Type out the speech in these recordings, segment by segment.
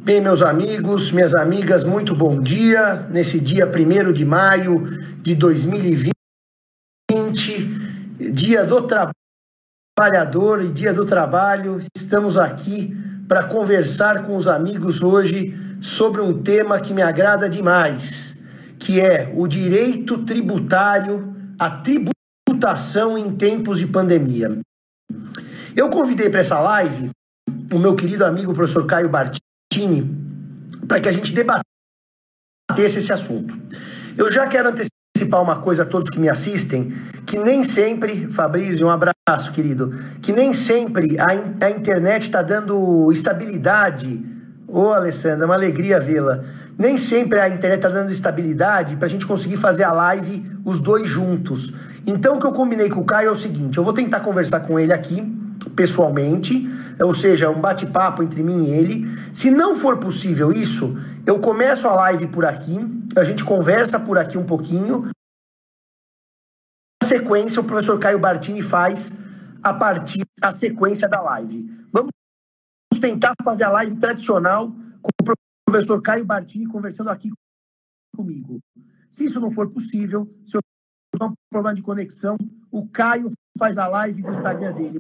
Bem, meus amigos, minhas amigas, muito bom dia. Nesse dia 1º de maio de 2020, dia do trabalhador e dia do trabalho, estamos aqui para conversar com os amigos hoje sobre um tema que me agrada demais, que é o direito tributário, a tributação em tempos de pandemia. Eu convidei para essa live o meu querido amigo professor Caio Bartini para que a gente debatesse esse assunto. Eu já quero antecipar uma coisa a todos que me assistem, que nem sempre, Fabrício, um abraço, querido, que nem sempre a internet está dando estabilidade. Ô, Alessandra, uma alegria vê-la. Nem sempre a internet está dando estabilidade para a gente conseguir fazer a live os dois juntos. Então, o que eu combinei com o Caio é o seguinte: eu vou tentar conversar com ele aqui, pessoalmente, ou seja, um bate-papo entre mim e ele. Se não for possível isso, eu começo a live por aqui, a gente conversa por aqui um pouquinho. Na sequência, o professor Caio Bartini faz a partir da sequência da live. Vamos tentar fazer a live tradicional com o professor Caio Bartini conversando aqui comigo. Se isso não for possível, se eu tiver um problema de conexão, o Caio faz a live do Instagram dele.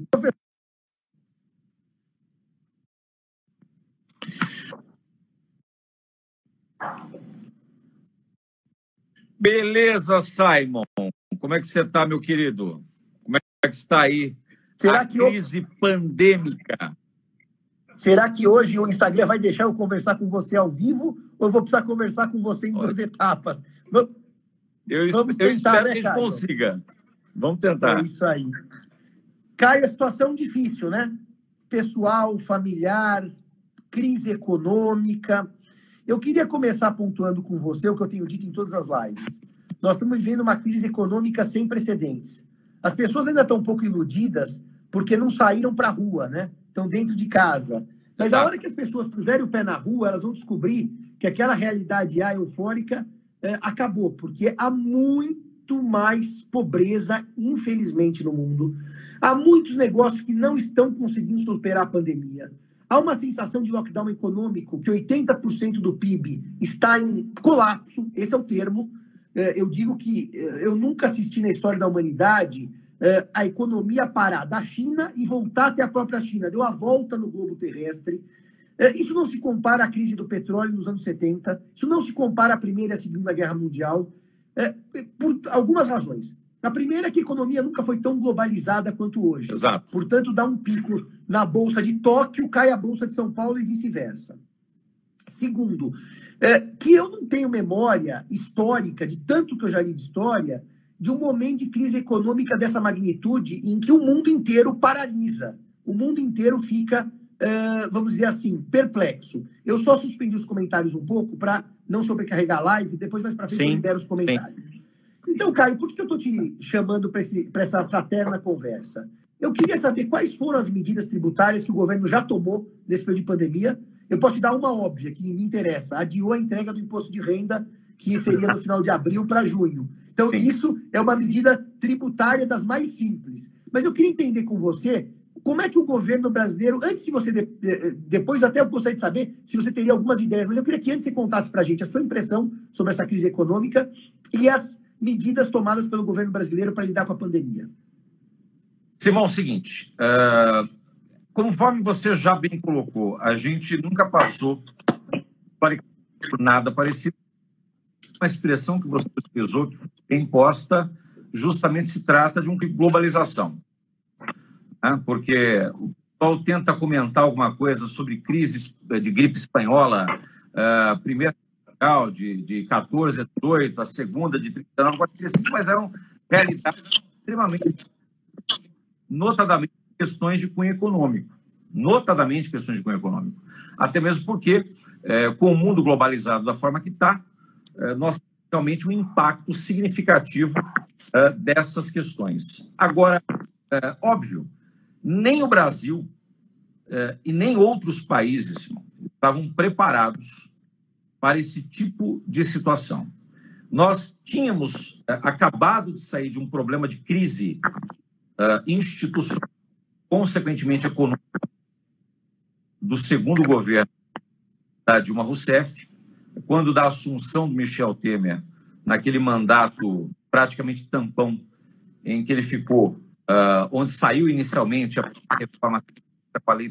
Beleza, Simon. Como é que você está, meu querido? Como é que está aí a crise pandêmica? Será que hoje o Instagram vai deixar eu conversar com você ao vivo ou eu vou precisar conversar com você em duas etapas? Eu espero que a gente consiga. Vamos tentar. É isso aí. Caio, a situação difícil, né? Pessoal, familiar, crise econômica. Eu queria começar pontuando com você o que eu tenho dito em todas as lives. Nós estamos vivendo uma crise econômica sem precedentes. As pessoas ainda estão um pouco iludidas porque não saíram para a rua, né? Estão dentro de casa. Mas a hora que as pessoas puserem o pé na rua, elas vão descobrir que aquela realidade eufórica acabou, porque há muito mais pobreza, infelizmente, no mundo. Há muitos negócios que não estão conseguindo superar a pandemia. Há uma sensação de lockdown econômico, que 80% do PIB está em colapso, esse é o termo. Eu digo que eu nunca assisti na história da humanidade a economia parar da China e voltar até a própria China. Deu a volta no globo terrestre. Isso não se compara à crise do petróleo nos anos 70, isso não se compara à Primeira e à Segunda Guerra Mundial, por algumas razões. A primeira é que a economia nunca foi tão globalizada quanto hoje. Exato. Portanto, dá um pico na Bolsa de Tóquio, cai a Bolsa de São Paulo e vice-versa. Segundo, que eu não tenho memória histórica, de tanto que eu já li de história, de um momento de crise econômica dessa magnitude em que o mundo inteiro paralisa. O mundo inteiro fica, vamos dizer assim, perplexo. Eu só suspendi os comentários um pouco para não sobrecarregar a live, depois mais para frente eu libero os comentários. Sim. Então, Caio, por que eu estou te chamando para essa fraterna conversa? Eu queria saber quais foram as medidas tributárias que o governo já tomou nesse período de pandemia. Eu posso te dar uma óbvia, que me interessa. Adiou a entrega do imposto de renda, que seria no final de abril para junho. Então, sim, isso é uma medida tributária das mais simples. Mas eu queria entender com você como é que o governo brasileiro, antes de você, depois até eu gostaria de saber se você teria algumas ideias, mas eu queria que antes você contasse para a gente a sua impressão sobre essa crise econômica e as medidas tomadas pelo governo brasileiro para lidar com a pandemia. Simão, é o seguinte, conforme você já bem colocou, a gente nunca passou por nada parecido. Uma expressão que você utilizou, que foi imposta, justamente se trata de uma globalização. Né? Porque o pessoal tenta comentar alguma coisa sobre crise de gripe espanhola, primeira de 14 a 18, a segunda de 39 a 45, mas eram realidades extremamente, notadamente questões de cunho econômico. Notadamente questões de cunho econômico. Até mesmo porque, com o mundo globalizado da forma que está, nós temos realmente um impacto significativo dessas questões. Agora, óbvio, nem o Brasil e nem outros países estavam preparados para esse tipo de situação. Nós tínhamos acabado de sair de um problema de crise institucional, consequentemente econômica, do segundo governo da Dilma Rousseff, quando da assunção do Michel Temer, naquele mandato praticamente tampão, em que ele ficou, onde saiu inicialmente a reforma com a Lei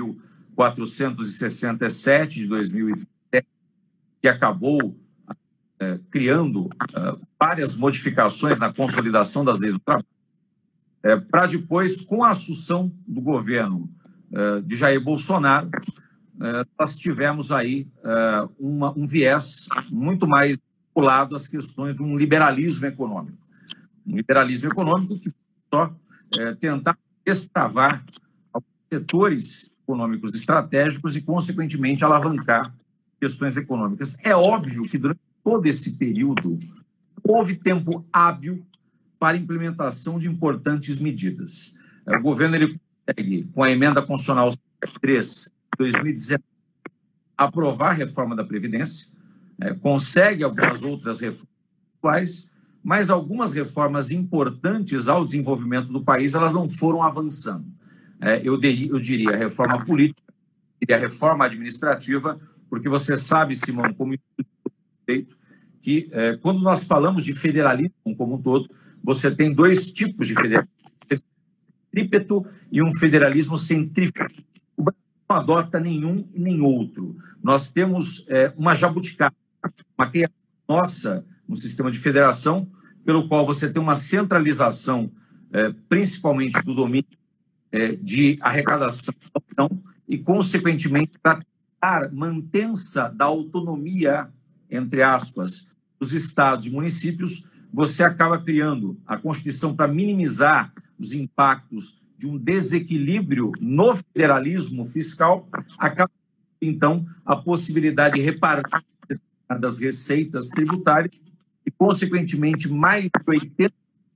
13.467 de 2017, que acabou criando várias modificações na consolidação das leis do trabalho, para depois, com a assunção do governo de Jair Bolsonaro, nós tivemos aí um viés muito mais vinculado às questões de um liberalismo econômico. Um liberalismo econômico que só tentar destravar setores econômicos estratégicos e, consequentemente, alavancar questões econômicas. É óbvio que durante todo esse período houve tempo hábil para a implementação de importantes medidas. O governo ele consegue, com a emenda constitucional 3 de 2019, aprovar a reforma da Previdência, consegue algumas outras reformas, mas algumas reformas importantes ao desenvolvimento do país elas não foram avançando. Eu diria a reforma política e a reforma administrativa, porque você sabe, Simão, como feito, que quando nós falamos de federalismo como um todo, você tem dois tipos de federalismo, centrípeto e um federalismo centrífugo. O Brasil não adota nenhum e nem outro. Nós temos uma jabuticaba, uma criação nossa no sistema de federação, pelo qual você tem uma centralização, principalmente do domínio de arrecadação e, consequentemente, para dar mantença da autonomia, entre aspas, dos estados e municípios, você acaba criando a Constituição para minimizar os impactos de um desequilíbrio no federalismo fiscal, acaba, então, a possibilidade de repartir das receitas tributárias e, consequentemente, mais de 80%,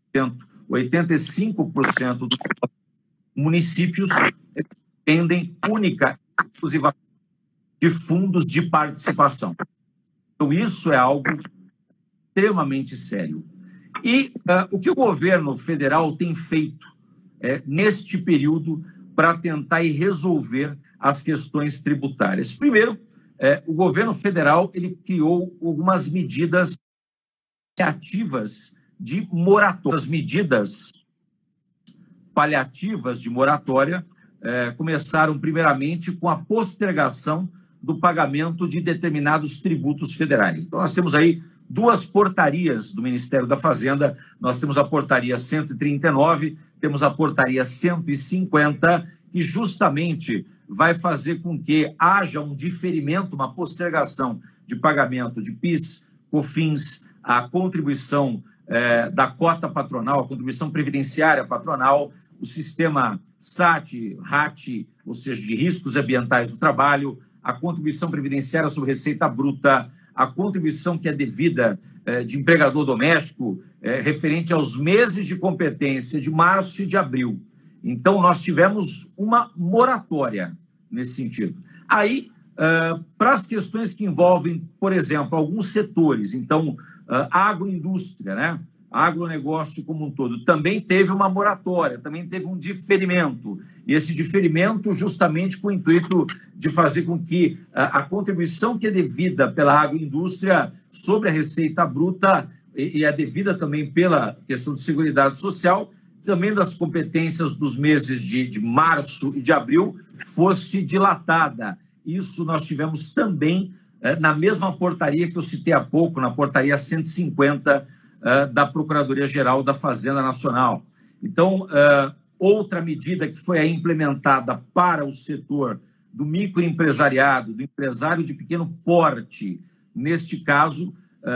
85% dos municípios dependem única e exclusivamente de fundos de participação. Então, isso é algo extremamente sério. E o que o governo federal tem feito neste período para tentar resolver as questões tributárias? Primeiro, o governo federal ele criou algumas medidas paliativas de moratória. As medidas paliativas de moratória começaram primeiramente com a postergação do pagamento de determinados tributos federais. Então, nós temos aí duas portarias do Ministério da Fazenda. Nós temos a portaria 139, temos a portaria 150, que justamente vai fazer com que haja um diferimento, uma postergação de pagamento de PIS, COFINS, a contribuição da cota patronal, a contribuição previdenciária patronal, o sistema SAT, RAT, ou seja, de riscos ambientais do trabalho, a contribuição previdenciária sobre receita bruta, a contribuição que é devida de empregador doméstico referente aos meses de competência de março e de abril. Então, nós tivemos uma moratória nesse sentido. Aí, para as questões que envolvem, por exemplo, alguns setores, então, agroindústria, né? Agronegócio como um todo, também teve uma moratória, também teve um diferimento. E esse diferimento justamente com o intuito de fazer com que a contribuição que é devida pela agroindústria sobre a receita bruta e a devida também pela questão de seguridade social, também das competências dos meses de março e de abril, fosse dilatada. Isso nós tivemos também na mesma portaria que eu citei há pouco, na portaria 150 da Procuradoria-Geral da Fazenda Nacional. Então, outra medida que foi implementada para o setor do microempresariado, do empresário de pequeno porte, neste caso,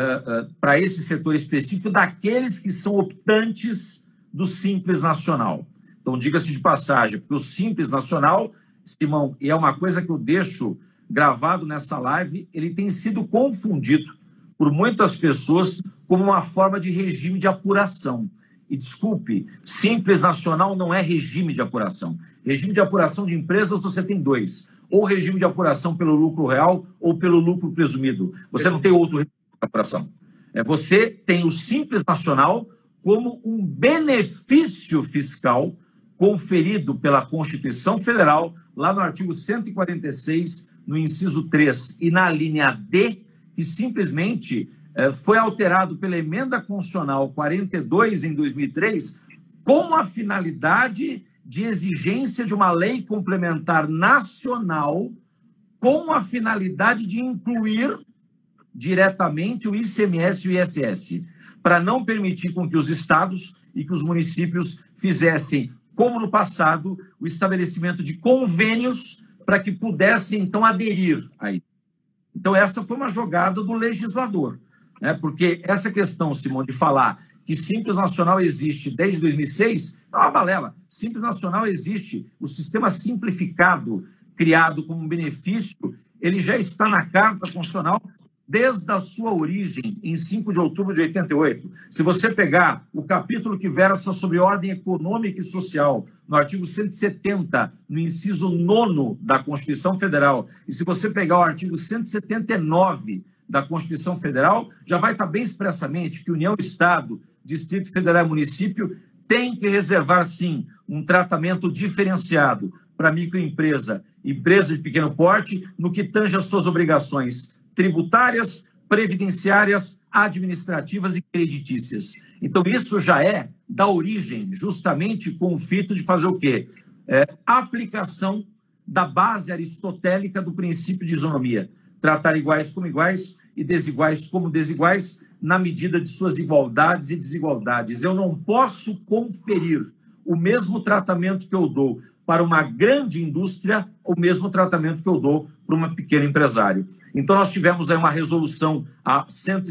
para esse setor específico, daqueles que são optantes do Simples Nacional. Então, diga-se de passagem, porque o Simples Nacional, Simão, e é uma coisa que eu deixo gravado nessa live, ele tem sido confundido por muitas pessoas como uma forma de regime de apuração. E desculpe, Simples Nacional não é regime de apuração. Regime de apuração de empresas você tem dois. Ou regime de apuração pelo lucro real ou pelo lucro presumido. Você não tem outro regime de apuração. Você tem o Simples Nacional como um benefício fiscal conferido pela Constituição Federal, lá no artigo 146, no inciso 3 e na linha D, que simplesmente foi alterado pela Emenda Constitucional 42 em 2003, com a finalidade de exigência de uma lei complementar nacional, com a finalidade de incluir diretamente o ICMS e o ISS, para não permitir com que os estados e que os municípios fizessem, como no passado, o estabelecimento de convênios para que pudessem, então, aderir a isso. Então, essa foi uma jogada do legislador, né? Porque essa questão, Simão, de falar que Simples Nacional existe desde 2006, é uma balela. Simples Nacional existe, o sistema simplificado, criado como um benefício, ele já está na Carta Constitucional desde a sua origem, em 5 de outubro de 88. Se você pegar o capítulo que versa sobre ordem econômica e social, no artigo 170, no inciso 9º da Constituição Federal, e se você pegar o artigo 179 da Constituição Federal, já vai estar bem expressamente que União, Estado, Distrito Federal e Município tem que reservar, sim, um tratamento diferenciado para microempresa, empresa de pequeno porte, no que tange às suas obrigações tributárias, previdenciárias, administrativas e creditícias. Então, isso já é da origem, justamente com o fito de fazer o quê? Aplicação da base aristotélica do princípio de isonomia. Tratar iguais como iguais e desiguais como desiguais, na medida de suas igualdades e desigualdades. Eu não posso conferir o mesmo tratamento que eu dou para uma grande indústria, o mesmo tratamento que eu dou para uma pequena empresário. Então, nós tivemos aí uma resolução, a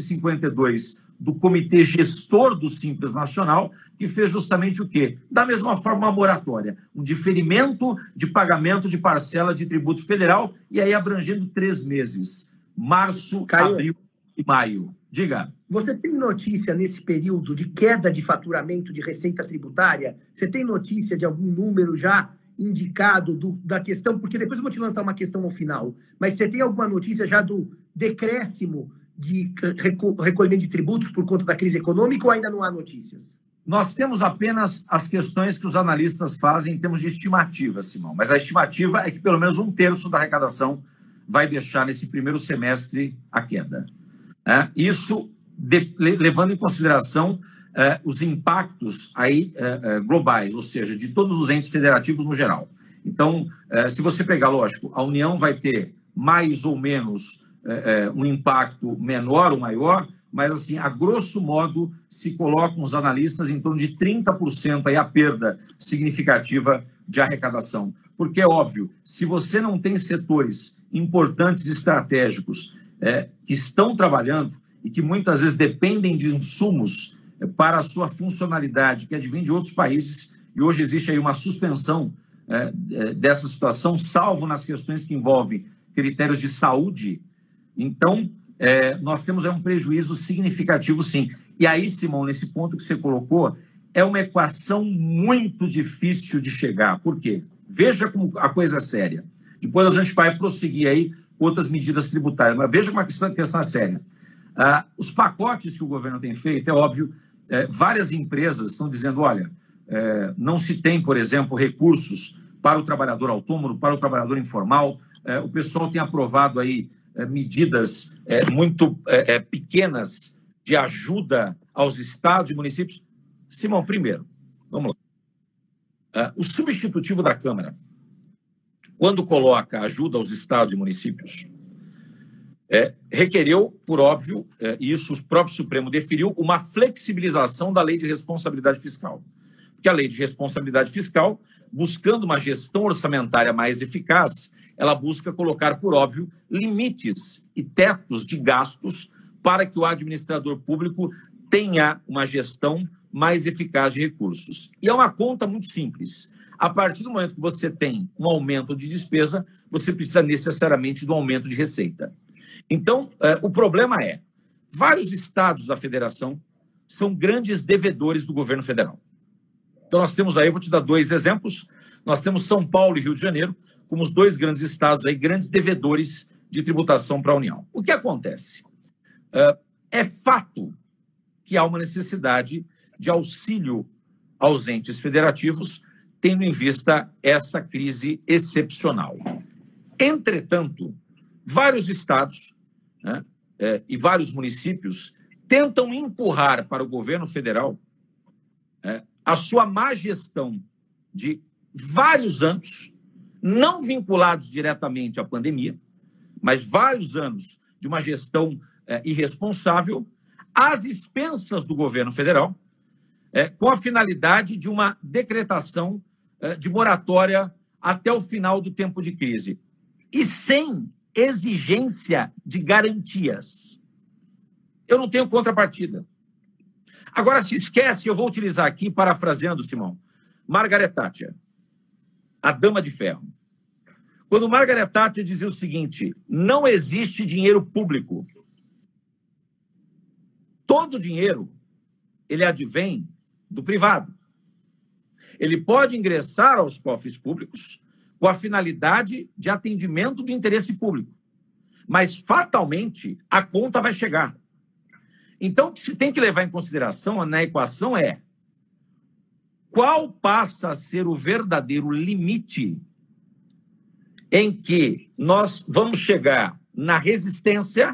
152, do Comitê Gestor do Simples Nacional, que fez justamente o quê? Da mesma forma, uma moratória, um diferimento de pagamento de parcela de tributo federal, e aí abrangendo 3 meses, março, abril e maio. Diga. Você tem notícia nesse período de queda de faturamento de receita tributária? Você tem notícia de algum número já indicado da questão? Porque depois eu vou te lançar uma questão ao final. Mas você tem alguma notícia já do decréscimo de recolhimento de tributos por conta da crise econômica ou ainda não há notícias? Nós temos apenas as questões que os analistas fazem em termos de estimativa, Simão. Mas a estimativa é que pelo menos 1/3 da arrecadação vai deixar nesse primeiro semestre a queda. Isso levando em consideração os impactos aí, globais, ou seja, de todos os entes federativos no geral. Então, se você pegar, lógico, a União vai ter mais ou menos um impacto menor ou maior, mas, assim, a grosso modo, se colocam os analistas em torno de 30% aí a perda significativa de arrecadação. Porque é óbvio, se você não tem setores importantes e estratégicos que estão trabalhando e que muitas vezes dependem de insumos para a sua funcionalidade, que advém de outros países, e hoje existe aí uma suspensão dessa situação, salvo nas questões que envolvem critérios de saúde. Então, nós temos aí um prejuízo significativo, sim. E aí, Simão, nesse ponto que você colocou, é uma equação muito difícil de chegar. Por quê? Veja como a coisa é séria. Depois a gente vai prosseguir aí outras medidas tributárias, mas veja como a questão é séria. Os pacotes que o governo tem feito, é óbvio, várias empresas estão dizendo, olha, não se tem, por exemplo, recursos para o trabalhador autônomo, para o trabalhador informal, o pessoal tem aprovado aí medidas muito pequenas de ajuda aos estados e municípios. Simão, primeiro, vamos lá. O substitutivo da Câmara, quando coloca ajuda aos estados e municípios, requereu, por óbvio, e isso o próprio Supremo definiu, uma flexibilização da lei de responsabilidade fiscal. Porque a lei de responsabilidade fiscal, buscando uma gestão orçamentária mais eficaz, ela busca colocar, por óbvio, limites e tetos de gastos para que o administrador público tenha uma gestão mais eficaz de recursos. E é uma conta muito simples. A partir do momento que você tem um aumento de despesa, você precisa necessariamente de um aumento de receita. Então, o problema é, vários estados da federação são grandes devedores do governo federal. Então, nós temos aí, eu vou te dar 2 exemplos, nós temos São Paulo e Rio de Janeiro como os 2 grandes estados aí, grandes devedores de tributação para a União. O que acontece? É fato que há uma necessidade de auxílio aos entes federativos, tendo em vista essa crise excepcional. Entretanto, vários estados, né, e vários municípios tentam empurrar para o governo federal a sua má gestão de vários anos, não vinculados diretamente à pandemia, mas vários anos de uma gestão irresponsável, às expensas do governo federal, com a finalidade de uma decretação de moratória até o final do tempo de crise, e sem exigência de garantias. Eu não tenho contrapartida. Agora, se esquece, eu vou utilizar aqui, parafraseando, Simão, Margaret Thatcher, a Dama de Ferro. Quando Margaret Thatcher dizia o seguinte: não existe dinheiro público. Todo dinheiro, ele advém do privado. Ele pode ingressar aos cofres públicos com a finalidade de atendimento do interesse público. Mas, fatalmente, a conta vai chegar. Então, o que se tem que levar em consideração na equação é qual passa a ser o verdadeiro limite em que nós vamos chegar na resistência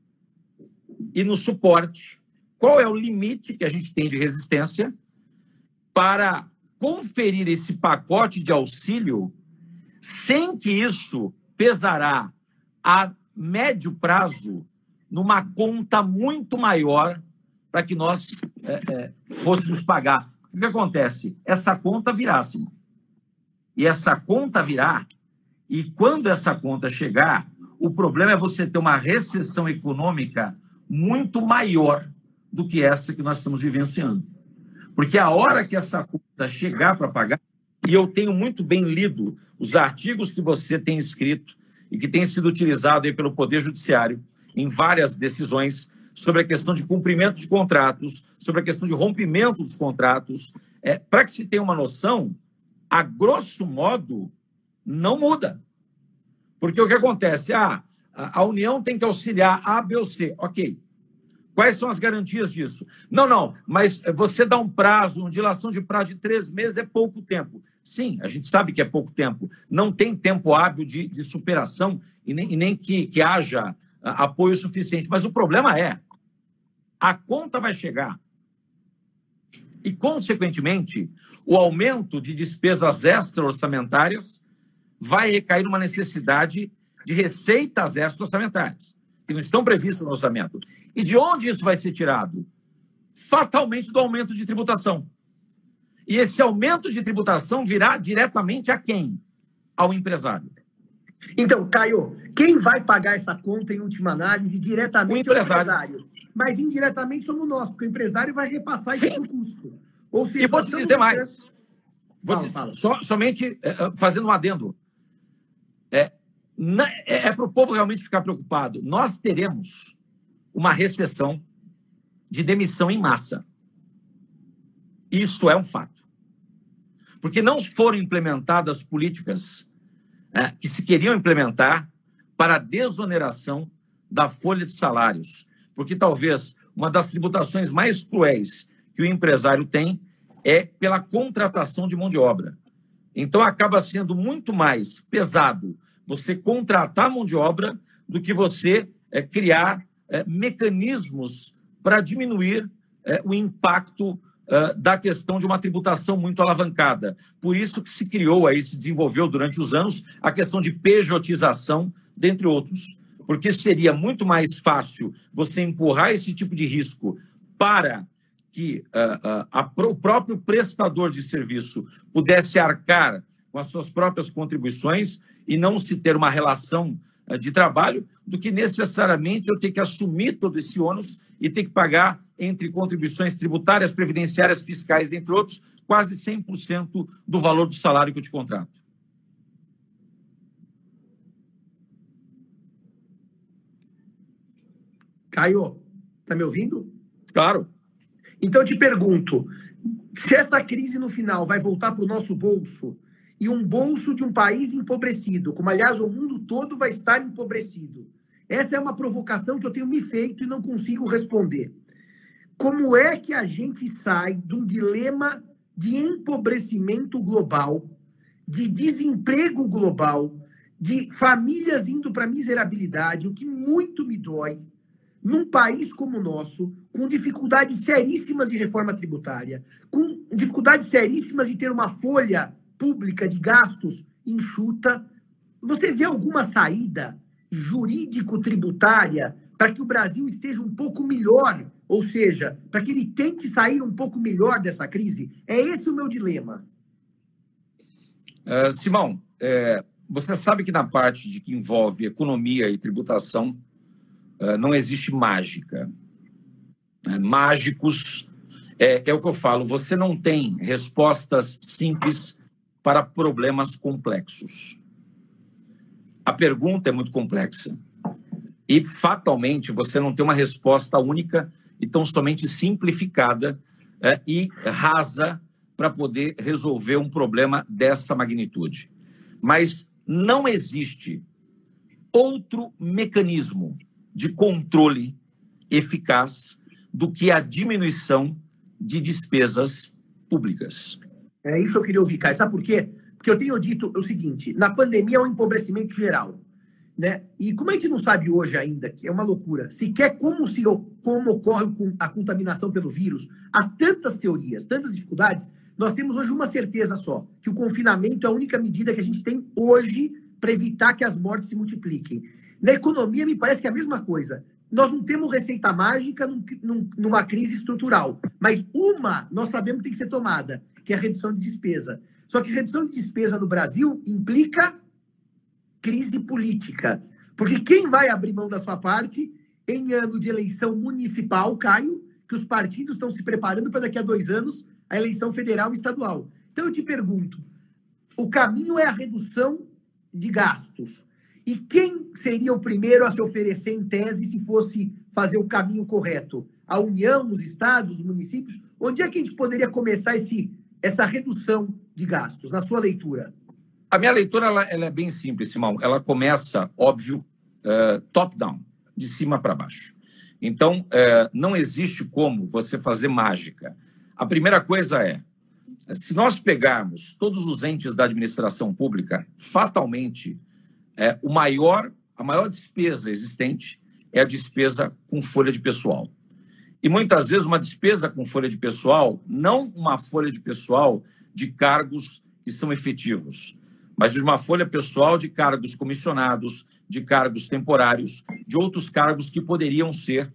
e no suporte. Qual é o limite que a gente tem de resistência para conferir esse pacote de auxílio sem que isso pesará a médio prazo numa conta muito maior para que nós fôssemos pagar. O que acontece? Essa conta virá, Simão. E essa conta virá, e quando essa conta chegar, o problema é você ter uma recessão econômica muito maior do que essa que nós estamos vivenciando. Porque a hora que essa conta chegar para pagar, e eu tenho muito bem lido os artigos que você tem escrito e que tem sido utilizado aí pelo Poder Judiciário em várias decisões sobre a questão de cumprimento de contratos, sobre a questão de rompimento dos contratos, para que se tenha uma noção, a grosso modo, não muda. Porque o que acontece? A União tem que auxiliar A, B ou C. Ok. Quais são as garantias disso? Não, mas você dá um prazo, uma dilação de prazo de 3 meses é pouco tempo. Sim, a gente sabe que é pouco tempo. Não tem tempo hábil de superação e nem que haja apoio suficiente. Mas o problema é, a conta vai chegar e, consequentemente, o aumento de despesas extra-orçamentárias vai recair numa necessidade de receitas extra-orçamentárias, que não estão previstas no orçamento. E de onde isso vai ser tirado? Fatalmente do aumento de tributação. E esse aumento de tributação virá diretamente a quem? Ao empresário. Então, Caio, quem vai pagar essa conta em última análise diretamente ao empresário? Mas indiretamente somos nós, porque o empresário vai repassar isso no custo. Ou seja, e vou te dizer mais. Fala. Somente fazendo um adendo. É para o povo realmente ficar preocupado. Nós teremos uma recessão de demissão em massa. Isso é um fato. Porque não foram implementadas políticas que se queriam implementar para a desoneração da folha de salários. Porque talvez uma das tributações mais cruéis que o empresário tem é pela contratação de mão de obra. Então, acaba sendo muito mais pesado você contratar mão de obra do que você criar mecanismos para diminuir o impacto da questão de uma tributação muito alavancada. Por isso que se criou, aí se desenvolveu durante os anos, a questão de pejotização, dentre outros, porque seria muito mais fácil você empurrar esse tipo de risco para que o próprio prestador de serviço pudesse arcar com as suas próprias contribuições e não se ter uma relação de trabalho, do que necessariamente eu ter que assumir todo esse ônus e ter que pagar, entre contribuições tributárias, previdenciárias, fiscais, entre outros, quase 100% do valor do salário que eu te contrato. Caio, está me ouvindo? Claro. Então eu te pergunto, se essa crise no final vai voltar para o nosso bolso, e um bolso de um país empobrecido, como aliás o mundo todo vai estar empobrecido, essa é uma provocação que eu tenho me feito e não consigo responder. Como é que a gente sai de um dilema de empobrecimento global, de desemprego global, de famílias indo para a miserabilidade, o que muito me dói, num país como o nosso, com dificuldades seríssimas de reforma tributária, com dificuldades seríssimas de ter uma folha pública de gastos enxuta. Você vê alguma saída jurídico-tributária para que o Brasil esteja um pouco melhor, ou seja, para que ele tente sair um pouco melhor dessa crise? É esse o meu dilema. Simão, você sabe que na parte de que envolve economia e tributação, não existe mágica. Mágicos, é o que eu falo, você não tem respostas simples para problemas complexos. A pergunta é muito complexa. E, fatalmente, você não tem uma resposta única e tão somente simplificada e rasa para poder resolver um problema dessa magnitude. Mas não existe outro mecanismo de controle eficaz do que a diminuição de despesas públicas. É isso que eu queria ouvir, Caio. Sabe por quê? Porque eu tenho dito o seguinte, na pandemia é um empobrecimento geral, né? E como a gente não sabe hoje ainda, que é uma loucura, sequer como ocorre a contaminação pelo vírus, há tantas teorias, tantas dificuldades, nós temos hoje uma certeza só, que o confinamento é a única medida que a gente tem hoje para evitar que as mortes se multipliquem. Na economia, me parece que é a mesma coisa. Nós não temos receita mágica numa crise estrutural, mas nós sabemos que tem que ser tomada, que é a redução de despesa. Só que redução de despesa no Brasil implica crise política. Porque quem vai abrir mão da sua parte em ano de eleição municipal, Caio, que os partidos estão se preparando para daqui a 2 anos a eleição federal e estadual. Então eu te pergunto, o caminho é a redução de gastos. E quem seria o primeiro a se oferecer em tese se fosse fazer o caminho correto? A União, os estados, os municípios? Onde é que a gente poderia começar essa redução de gastos, na sua leitura? A minha leitura ela é bem simples, Simão. Ela começa, óbvio, top-down, de cima para baixo. Então, não existe como você fazer mágica. A primeira coisa se nós pegarmos todos os entes da administração pública, fatalmente, a maior despesa existente é a despesa com folha de pessoal. E muitas vezes uma despesa com folha de pessoal, não uma folha de pessoal de cargos que são efetivos, mas de uma folha pessoal de cargos comissionados, de cargos temporários, de outros cargos que poderiam ser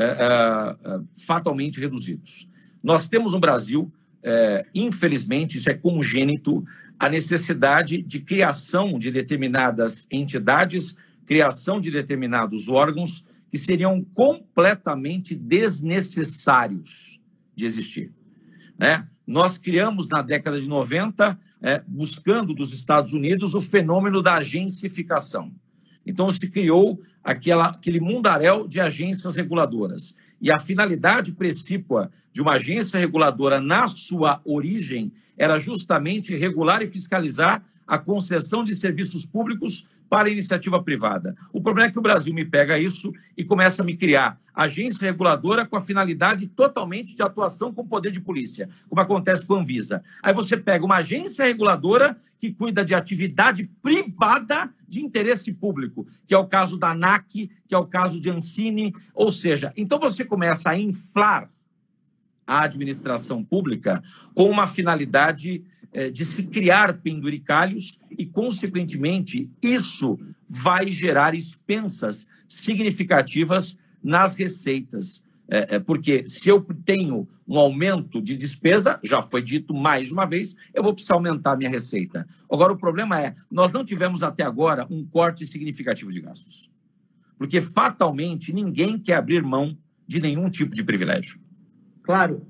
fatalmente reduzidos. Nós temos no Brasil, infelizmente, isso é congênito, a necessidade de criação de determinadas entidades, criação de determinados órgãos que seriam completamente desnecessários de existir. Né? Nós criamos, na década de 90, buscando dos Estados Unidos, o fenômeno da agencificação. Então, se criou aquele mundaréu de agências reguladoras. E a finalidade precípua de uma agência reguladora, na sua origem, era justamente regular e fiscalizar a concessão de serviços públicos para a iniciativa privada. O problema é que o Brasil me pega isso e começa a me criar agência reguladora com a finalidade totalmente de atuação com o poder de polícia, como acontece com a Anvisa. Aí você pega uma agência reguladora que cuida de atividade privada de interesse público, que é o caso da ANAC, que é o caso de Ancine, ou seja, então você começa a inflar a administração pública com uma finalidade de se criar penduricalhos e, consequentemente, isso vai gerar expensas significativas nas receitas. Porque se eu tenho um aumento de despesa, já foi dito mais uma vez, eu vou precisar aumentar a minha receita. Agora, o problema nós não tivemos até agora um corte significativo de gastos. Porque, fatalmente, ninguém quer abrir mão de nenhum tipo de privilégio. Claro.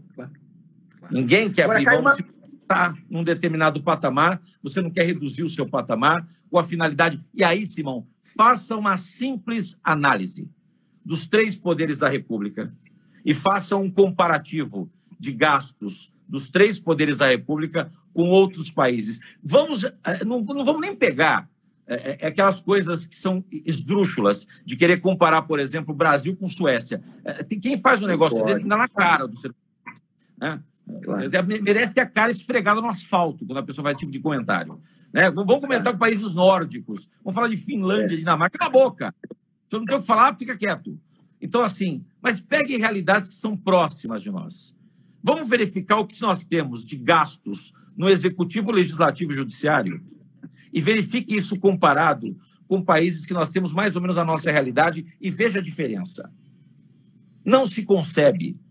Ninguém quer abrir mão de estar num determinado patamar, você não quer reduzir o seu patamar com a finalidade. E aí, Simão, faça uma simples análise dos 3 poderes da República e faça um comparativo de gastos dos 3 poderes da República com outros países. Não vamos nem pegar aquelas coisas que são esdrúxulas de querer comparar, por exemplo, o Brasil com Suécia. Quem faz um negócio desse ainda na cara do ser humano, né? Claro. Merece ter a cara esfregada no asfalto quando a pessoa vai tipo de comentário. Né? Vamos comentar com países nórdicos, vamos falar de Finlândia, Dinamarca, cala a boca. Se eu não tenho o que falar, fica quieto. Então, assim, mas pegue realidades que são próximas de nós. Vamos verificar o que nós temos de gastos no Executivo, Legislativo e Judiciário e verifique isso comparado com países que nós temos mais ou menos a nossa realidade e veja a diferença. Não se concebe.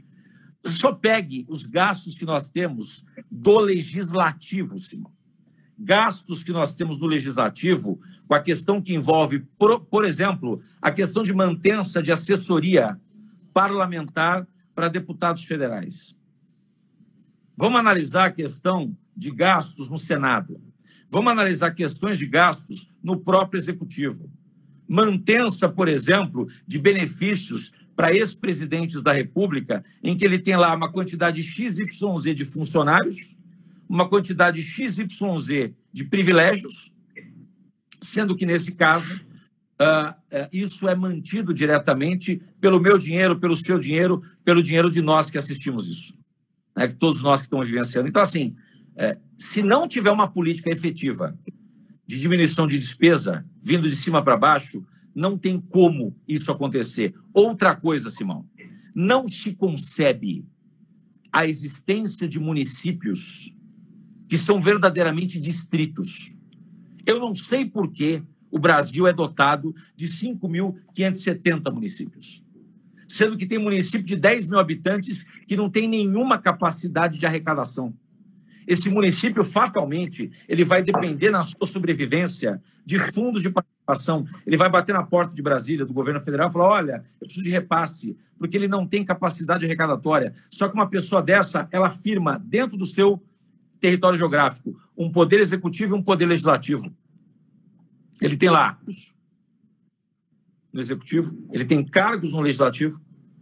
Só pegue os gastos que nós temos do Legislativo, Simão. Gastos que nós temos do Legislativo com a questão que envolve, por exemplo, a questão de mantença de assessoria parlamentar para deputados federais. Vamos analisar a questão de gastos no Senado. Vamos analisar questões de gastos no próprio Executivo. Mantença, por exemplo, de benefícios para ex-presidentes da República, em que ele tem lá uma quantidade XYZ de funcionários, uma quantidade XYZ de privilégios, sendo que, nesse caso, isso é mantido diretamente pelo meu dinheiro, pelo seu dinheiro, pelo dinheiro de nós que assistimos isso, né? Todos nós que estamos vivenciando. Então, assim, se não tiver uma política efetiva de diminuição de despesa, vindo de cima para baixo, não tem como isso acontecer. Outra coisa, Simão, não se concebe a existência de municípios que são verdadeiramente distritos. Eu não sei por que o Brasil é dotado de 5.570 municípios, sendo que tem município de 10 mil habitantes que não tem nenhuma capacidade de arrecadação. Esse município, fatalmente, ele vai depender na sua sobrevivência de fundos de participação. Ele vai bater na porta de Brasília, do governo federal, e falar, olha, eu preciso de repasse, porque ele não tem capacidade arrecadatória. Só que uma pessoa dessa, ela firma dentro do seu território geográfico um poder executivo e um poder legislativo. Ele tem lá no executivo, ele tem cargos no legislativo,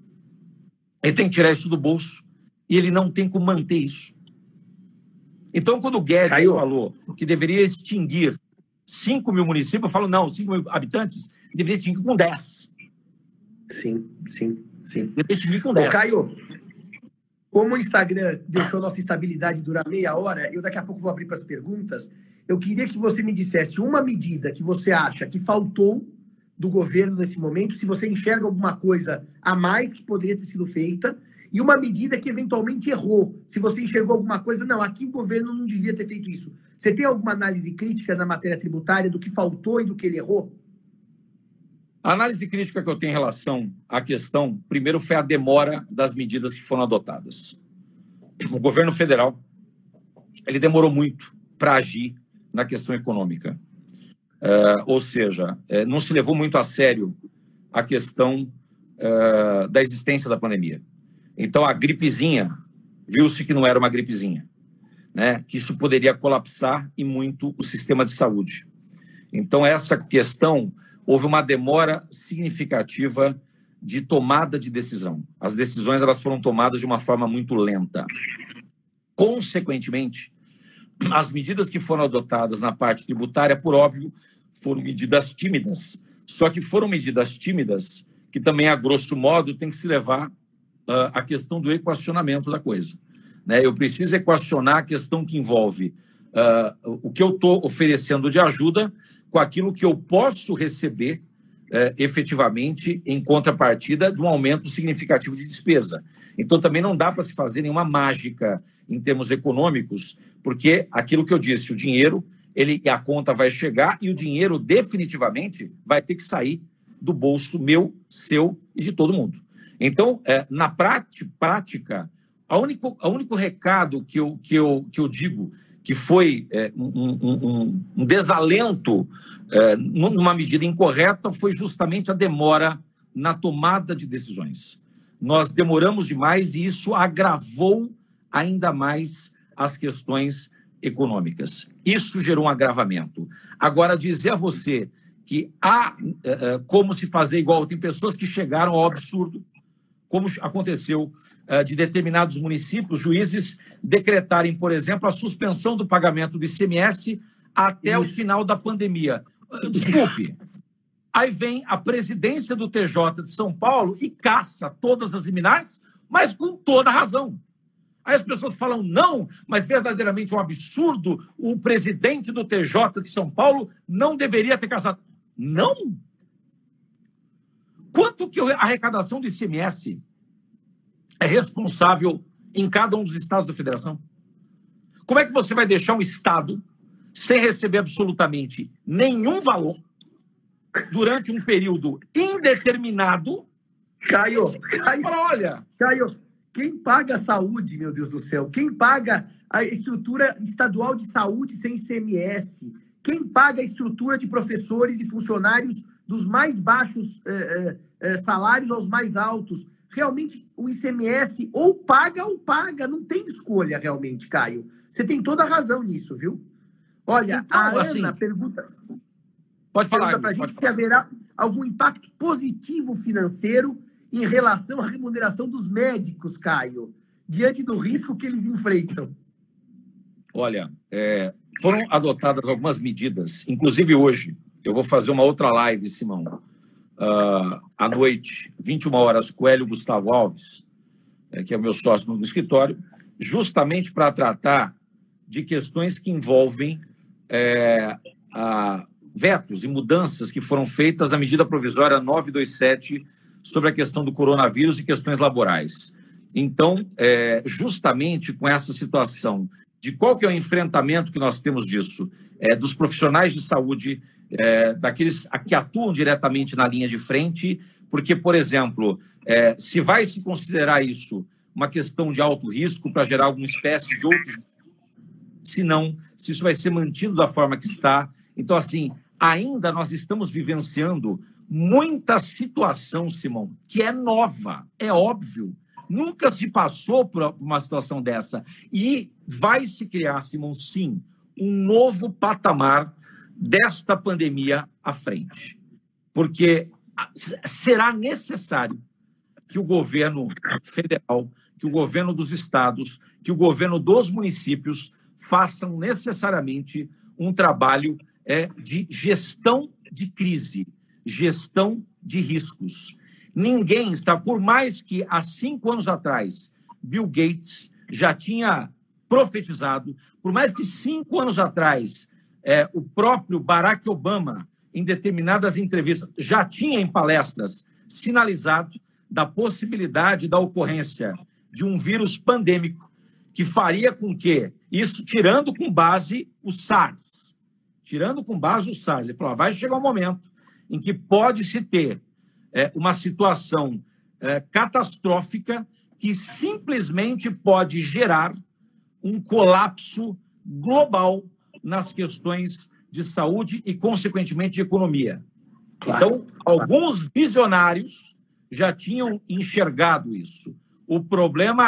ele tem que tirar isso do bolso e ele não tem como manter isso. Então, quando o Guedes falou que deveria extinguir 5 mil municípios, eu falo, não, 5 mil habitantes, deveria extinguir com 10. Sim. Deveria extinguir com 10. Ô, Caio, como o Instagram deixou nossa estabilidade durar meia hora, eu daqui a pouco vou abrir para as perguntas. Eu queria que você me dissesse uma medida que você acha que faltou do governo nesse momento, se você enxerga alguma coisa a mais que poderia ter sido feita, e uma medida que eventualmente errou. Se você enxergou alguma coisa, não, aqui o governo não devia ter feito isso. Você tem alguma análise crítica na matéria tributária do que faltou e do que ele errou? A análise crítica que eu tenho em relação à questão, primeiro, foi a demora das medidas que foram adotadas. O governo federal, ele demorou muito para agir na questão econômica. Ou seja, não se levou muito a sério a questão da existência da pandemia. Então, a gripezinha, viu-se que não era uma gripezinha, né? Que isso poderia colapsar e muito o sistema de saúde. Então, essa questão, houve uma demora significativa de tomada de decisão. As decisões elas foram tomadas de uma forma muito lenta. Consequentemente, as medidas que foram adotadas na parte tributária, por óbvio, foram medidas tímidas. Só que foram medidas tímidas que também, a grosso modo, tem que se levar a questão do equacionamento da coisa, né? Eu preciso equacionar a questão que envolve o que eu estou oferecendo de ajuda com aquilo que eu posso receber efetivamente em contrapartida de um aumento significativo de despesa. Então, também não dá para se fazer nenhuma mágica em termos econômicos, porque aquilo que eu disse, o dinheiro, a conta vai chegar e o dinheiro definitivamente vai ter que sair do bolso meu, seu e de todo mundo. Então, na prática, o único recado que eu digo que foi um desalento numa medida incorreta foi justamente a demora na tomada de decisões. Nós demoramos demais e isso agravou ainda mais as questões econômicas. Isso gerou um agravamento. Agora, dizer a você que há como se fazer igual, tem pessoas que chegaram ao absurdo, como aconteceu de determinados municípios, juízes decretarem, por exemplo, a suspensão do pagamento do ICMS até o final da pandemia. Desculpe. Aí vem a presidência do TJ de São Paulo e caça todas as liminares, mas com toda razão. Aí as pessoas falam, não, mas verdadeiramente é um absurdo, o presidente do TJ de São Paulo não deveria ter casado. Não! Quanto que a arrecadação do ICMS é responsável em cada um dos estados da federação? Como é que você vai deixar um estado sem receber absolutamente nenhum valor durante um período indeterminado? Caio, olha... Caio, quem paga a saúde, meu Deus do céu? Quem paga a estrutura estadual de saúde sem ICMS? Quem paga a estrutura de professores e funcionários dos mais baixos salários aos mais altos? Realmente, o ICMS ou paga, não tem escolha realmente, Caio. Você tem toda a razão nisso, viu? Olha, então, a assim, Ana pergunta... Pode falar, para a gente se haverá algum impacto positivo financeiro em relação à remuneração dos médicos, Caio, diante do risco que eles enfrentam. Olha, foram adotadas algumas medidas, inclusive hoje. Eu vou fazer uma outra live, Simão, à noite, 21 horas, com o Hélio Gustavo Alves, que é o meu sócio no escritório, justamente para tratar de questões que envolvem vetos e mudanças que foram feitas na medida provisória 927 sobre a questão do coronavírus e questões laborais. Então, justamente com essa situação de qual que é o enfrentamento que nós temos disso, dos profissionais de saúde, daqueles que atuam diretamente na linha de frente, porque, por exemplo, se vai se considerar isso uma questão de alto risco para gerar alguma espécie de outros, se não, se isso vai ser mantido da forma que está. Então, assim, ainda nós estamos vivenciando muita situação, Simão, que é nova, é óbvio. Nunca se passou por uma situação dessa. E vai se criar, Simão, sim, um novo patamar desta pandemia à frente. Porque será necessário que o governo federal, que o governo dos estados, que o governo dos municípios façam necessariamente um trabalho de gestão de crise, gestão de riscos. Ninguém está, por mais que há 5 anos atrás Bill Gates já tinha profetizado, por mais que 5 anos atrás o próprio Barack Obama, em determinadas entrevistas, já tinha em palestras sinalizado da possibilidade da ocorrência de um vírus pandêmico que faria com que, isso tirando com base o SARS, ele falou, vai chegar um momento em que pode-se ter uma situação catastrófica que simplesmente pode gerar um colapso global nas questões de saúde e, consequentemente, de economia. Então, alguns visionários já tinham enxergado isso. O problema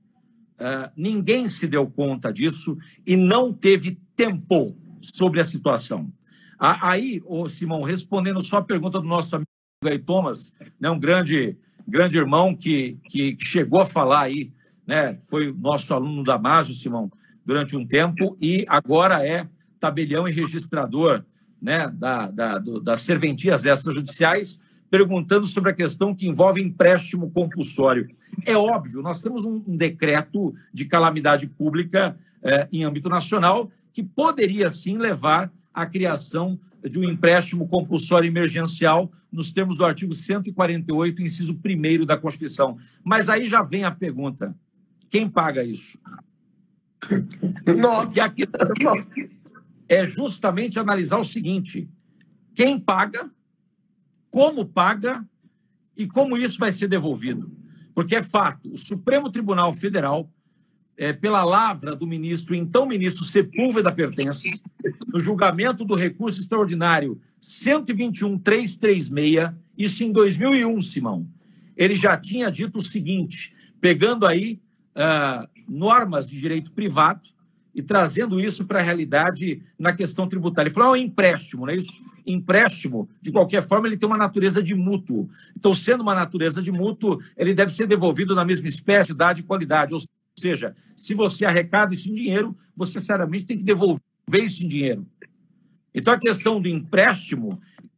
ninguém se deu conta disso e não teve tempo sobre a situação. Aí, Simão, respondendo só a pergunta do nosso amigo aí, Thomas, né, um grande irmão que chegou a falar aí, né, foi nosso aluno da Damásio, Simão, durante um tempo, e agora é tabelião e registrador, né, das serventias extrajudiciais, perguntando sobre a questão que envolve empréstimo compulsório. É óbvio, nós temos um decreto de calamidade pública em âmbito nacional que poderia, sim, levar à criação de um empréstimo compulsório emergencial nos termos do artigo 148, inciso 1º da Constituição. Mas aí já vem a pergunta, quem paga isso? Nossa! E a questão é justamente analisar o seguinte, quem paga, como paga e como isso vai ser devolvido. Porque é fato, o Supremo Tribunal Federal, pela lavra do então ministro Sepúlveda Pertence, no julgamento do recurso extraordinário 121.336, isso em 2001, Simão, ele já tinha dito o seguinte, pegando aí normas de direito privado e trazendo isso para a realidade na questão tributária. Ele falou, é um empréstimo, não é isso? Empréstimo, de qualquer forma, ele tem uma natureza de mútuo. Então, sendo uma natureza de mútuo, ele deve ser devolvido na mesma espécie, idade e qualidade. Ou seja, se você arrecada isso em dinheiro, você necessariamente tem que devolver isso em dinheiro. Então, a questão do empréstimo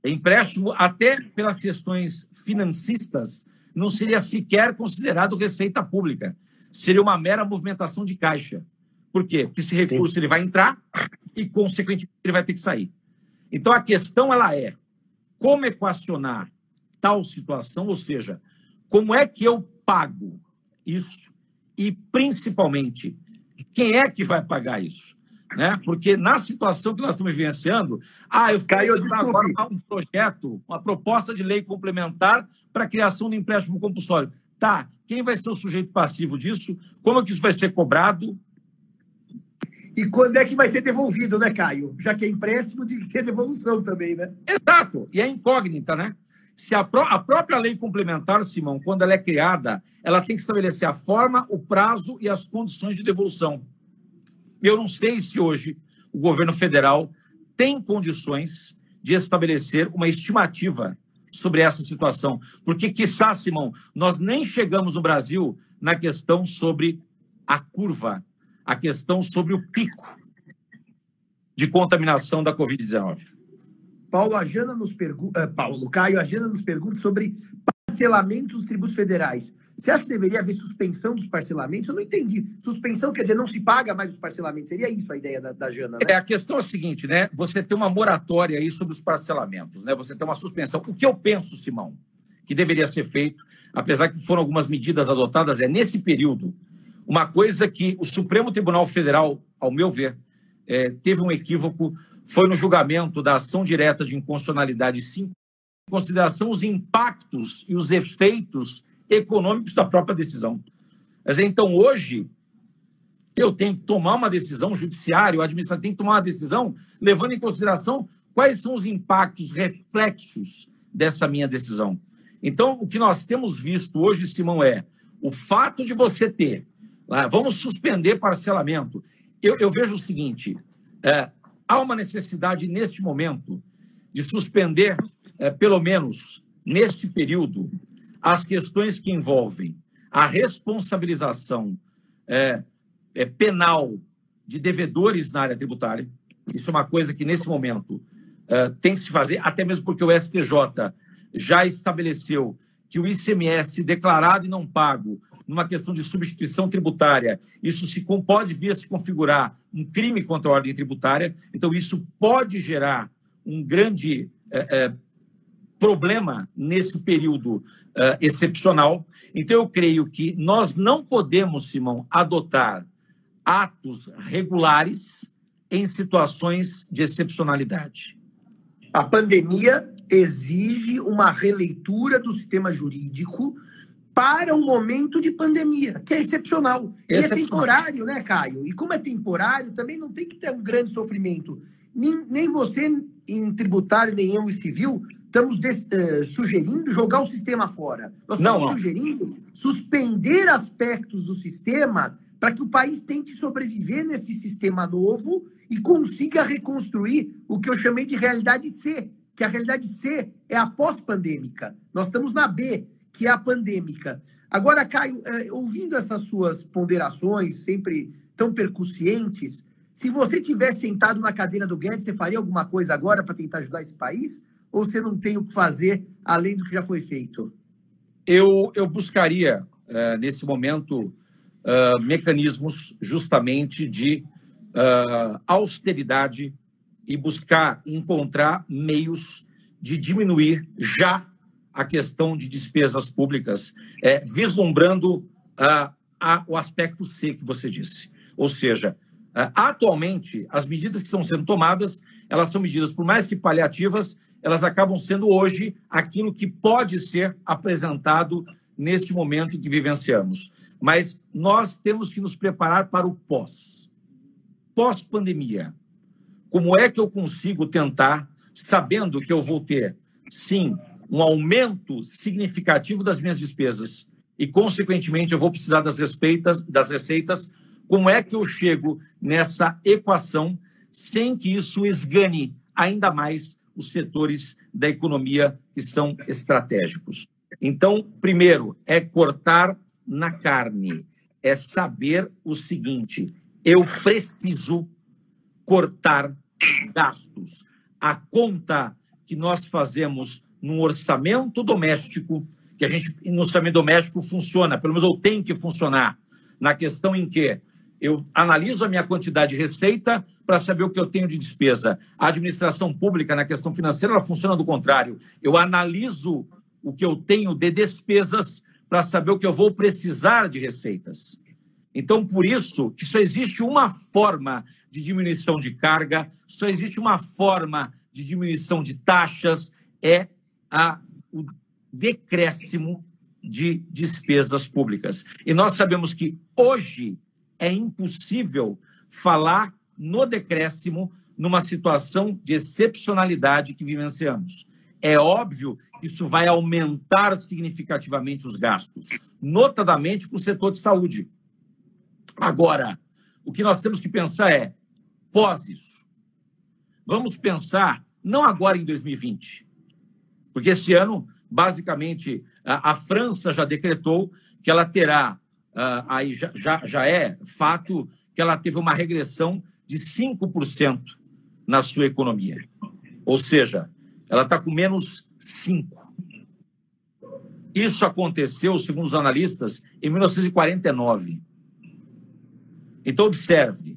até pelas questões financistas, não seria sequer considerado receita pública. seria uma mera movimentação de caixa. Por quê? Porque esse recurso ele vai entrar e, consequentemente, ele vai ter que sair. Então, a questão ela é como equacionar tal situação, ou seja, como é que eu pago isso e, principalmente, quem é que vai pagar isso? Né? Porque na situação que nós estamos vivenciando, eu fiz agora um projeto, uma proposta de lei complementar para a criação de empréstimo compulsório. Tá, quem vai ser o sujeito passivo disso? Como é que isso vai ser cobrado? E quando é que vai ser devolvido, né, Caio? Já que é empréstimo, tem que ter devolução também, né? Exato, e é incógnita, né? Se a própria lei complementar, Simão, quando ela é criada, ela tem que estabelecer a forma, o prazo e as condições de devolução. Eu não sei se hoje o governo federal tem condições de estabelecer uma estimativa sobre essa situação. Porque, quiçá, Simão, nós nem chegamos no Brasil na questão sobre a curva, a questão sobre o pico de contaminação da Covid-19. Caio, a Jana nos pergunta sobre parcelamentos dos tributos federais. Você acha que deveria haver suspensão dos parcelamentos? Eu não entendi. Suspensão quer dizer não se paga mais os parcelamentos. Seria isso a ideia da Jana, né? A questão é a seguinte, né? Você tem uma moratória aí sobre os parcelamentos, né? Você tem uma suspensão. O que eu penso, Simão, que deveria ser feito, apesar que foram algumas medidas adotadas, é nesse período, uma coisa que o Supremo Tribunal Federal, ao meu ver, teve um equívoco, foi no julgamento da ação direta de inconstitucionalidade 5, em consideração os impactos e os efeitos econômicos da própria decisão. Mas, então, hoje, eu tenho que tomar uma decisão, o judiciário, o administrativo tem que tomar uma decisão levando em consideração quais são os impactos, reflexos dessa minha decisão. Então, o que nós temos visto hoje, Simão, é o fato de você ter, vamos suspender parcelamento. Eu vejo o seguinte, há uma necessidade neste momento de suspender, pelo menos neste período, as questões que envolvem a responsabilização penal de devedores na área tributária. Isso é uma coisa que, nesse momento, tem que se fazer, até mesmo porque o STJ já estabeleceu que o ICMS declarado e não pago, numa questão de substituição tributária, isso pode vir a se configurar um crime contra a ordem tributária. Então, isso pode gerar um grande problema nesse período excepcional. Então, eu creio que nós não podemos, Simão, adotar atos regulares em situações de excepcionalidade. A pandemia exige uma releitura do sistema jurídico para um momento de pandemia, que é excepcional. E é temporário, né, Caio? E como é temporário, também não tem que ter um grande sofrimento. Nem você, em tributário, nem eu, em civil, estamos sugerindo jogar o sistema fora. Nós estamos sugerindo suspender aspectos do sistema para que o país tente sobreviver nesse sistema novo e consiga reconstruir o que eu chamei de realidade C, que a realidade C é a pós-pandêmica. Nós estamos na B, que é a pandêmica. Agora, Caio, ouvindo essas suas ponderações, sempre tão percussientes, se você tivesse sentado na cadeira do Guedes, você faria alguma coisa agora para tentar ajudar esse país? Ou você não tem o que fazer além do que já foi feito? Eu buscaria, nesse momento, mecanismos justamente de austeridade e buscar encontrar meios de diminuir já a questão de despesas públicas, vislumbrando o aspecto C que você disse. Ou seja, atualmente, as medidas que estão sendo tomadas, elas são medidas, por mais que paliativas, elas acabam sendo hoje aquilo que pode ser apresentado neste momento em que vivenciamos. Mas nós temos que nos preparar para o pós-pandemia. Como é que eu consigo tentar, sabendo que eu vou ter, sim, um aumento significativo das minhas despesas e, consequentemente, eu vou precisar das receitas, como é que eu chego nessa equação sem que isso esgane ainda mais os setores da economia que são estratégicos? Então, primeiro, é cortar na carne, é saber o seguinte: eu preciso cortar gastos. A conta que nós fazemos no orçamento doméstico, que no orçamento doméstico funciona, pelo menos ou tem que funcionar, na questão em que eu analiso a minha quantidade de receita para saber o que eu tenho de despesa. A administração pública, na questão financeira, ela funciona do contrário. Eu analiso o que eu tenho de despesas para saber o que eu vou precisar de receitas. Então, por isso, que só existe uma forma de diminuição de carga, só existe uma forma de diminuição de taxas, é o decréscimo de despesas públicas. E nós sabemos que hoje é impossível falar no decréscimo numa situação de excepcionalidade que vivenciamos. É óbvio que isso vai aumentar significativamente os gastos, notadamente para o setor de saúde. Agora, o que nós temos que pensar é, pós isso, vamos pensar, não agora em 2020, porque esse ano, basicamente, a França já decretou que ela terá, aí já é fato, que ela teve uma regressão de 5% na sua economia. Ou seja, ela está com menos 5%. Isso aconteceu, segundo os analistas, em 1949. Então, observe,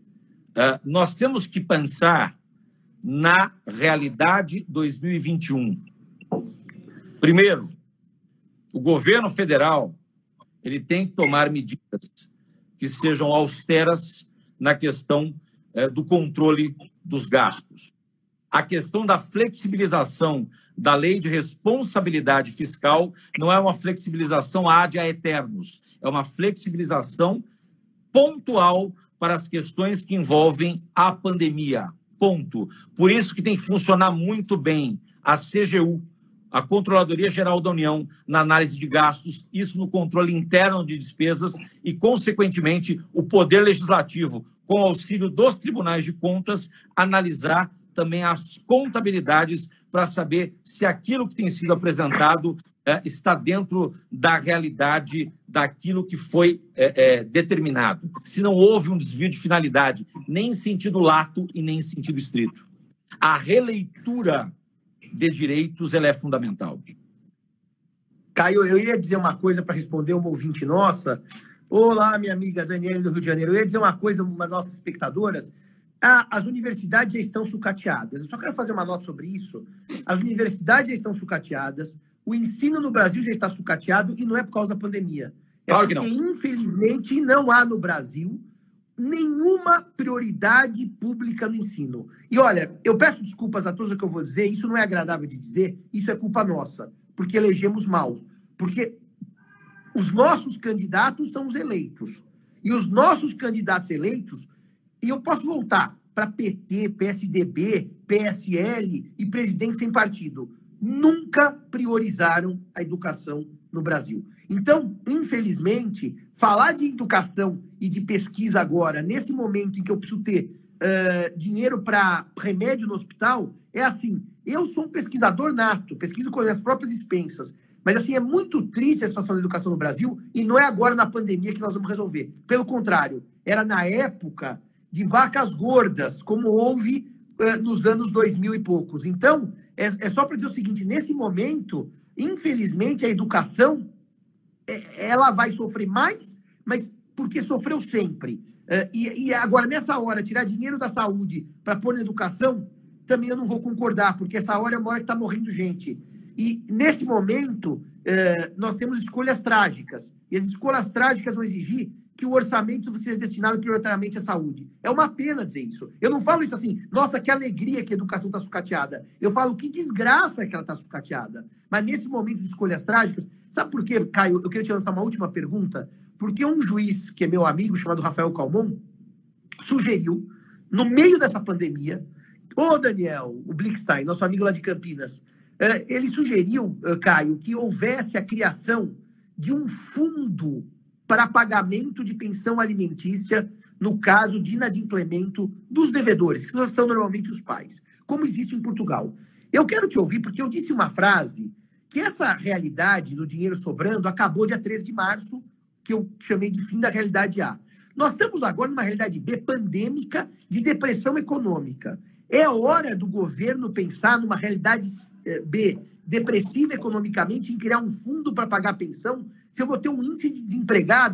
nós temos que pensar na realidade 2021. Primeiro, o governo federal ele tem que tomar medidas que sejam austeras na questão do controle dos gastos. A questão da flexibilização da lei de responsabilidade fiscal não é uma flexibilização ad aeternus, é uma flexibilização pontual para as questões que envolvem a pandemia. Ponto. Por isso que tem que funcionar muito bem a CGU, a Controladoria Geral da União, na análise de gastos, isso no controle interno de despesas e, consequentemente, o Poder Legislativo, com o auxílio dos tribunais de contas, analisar também as contabilidades para saber se aquilo que tem sido apresentado está dentro da realidade daquilo que foi determinado. Se não houve um desvio de finalidade, nem em sentido lato e nem em sentido estrito. A releitura de direitos ela é fundamental. Caio, eu ia dizer uma coisa para responder uma ouvinte nossa. Olá, minha amiga Daniela do Rio de Janeiro. Eu ia dizer uma coisa, uma das nossas espectadoras. As universidades já estão sucateadas. Eu só quero fazer uma nota sobre isso. As universidades já estão sucateadas. O ensino no Brasil já está sucateado e não é por causa da pandemia. Claro que não. Porque, infelizmente, não há no Brasil nenhuma prioridade pública no ensino. E, olha, eu peço desculpas a todos o que eu vou dizer. Isso não é agradável de dizer. Isso é culpa nossa. Porque elegemos mal. Porque os nossos candidatos são os eleitos. E os nossos candidatos eleitos... E eu posso voltar para PT, PSDB, PSL e presidente sem partido. Nunca priorizaram a educação no Brasil. Então, infelizmente, falar de educação e de pesquisa agora, nesse momento em que eu preciso ter dinheiro para remédio no hospital, é assim, eu sou um pesquisador nato, pesquiso com as minhas próprias expensas, mas assim, é muito triste a situação da educação no Brasil e não é agora na pandemia que nós vamos resolver. Pelo contrário, era na época de vacas gordas, como houve nos anos 2000 e poucos. Então, é só para dizer o seguinte, nesse momento, infelizmente, a educação, ela vai sofrer mais, mas porque sofreu sempre. E agora, nessa hora, tirar dinheiro da saúde para pôr na educação, também eu não vou concordar, porque essa hora é uma hora que está morrendo gente. E, nesse momento, nós temos escolhas trágicas. E as escolhas trágicas vão exigir que o orçamento seja destinado prioritariamente à saúde. É uma pena dizer isso. Eu não falo isso assim, nossa, que alegria que a educação está sucateada. Eu falo que desgraça que ela está sucateada. Mas nesse momento de escolhas trágicas, sabe por quê, Caio? Eu queria te lançar uma última pergunta. Porque um juiz, que é meu amigo, chamado Rafael Calmon, sugeriu, no meio dessa pandemia, o Daniel, o Blickstein, nosso amigo lá de Campinas, ele sugeriu, Caio, que houvesse a criação de um fundo para pagamento de pensão alimentícia no caso de inadimplemento dos devedores, que são normalmente os pais, como existe em Portugal. Eu quero te ouvir, porque eu disse uma frase que essa realidade do dinheiro sobrando acabou dia 13 de março, que eu chamei de fim da realidade A. Nós estamos agora numa realidade B pandêmica de depressão econômica. É hora do governo pensar numa realidade B depressiva economicamente em criar um fundo para pagar pensão. Se eu vou ter um índice de desempregados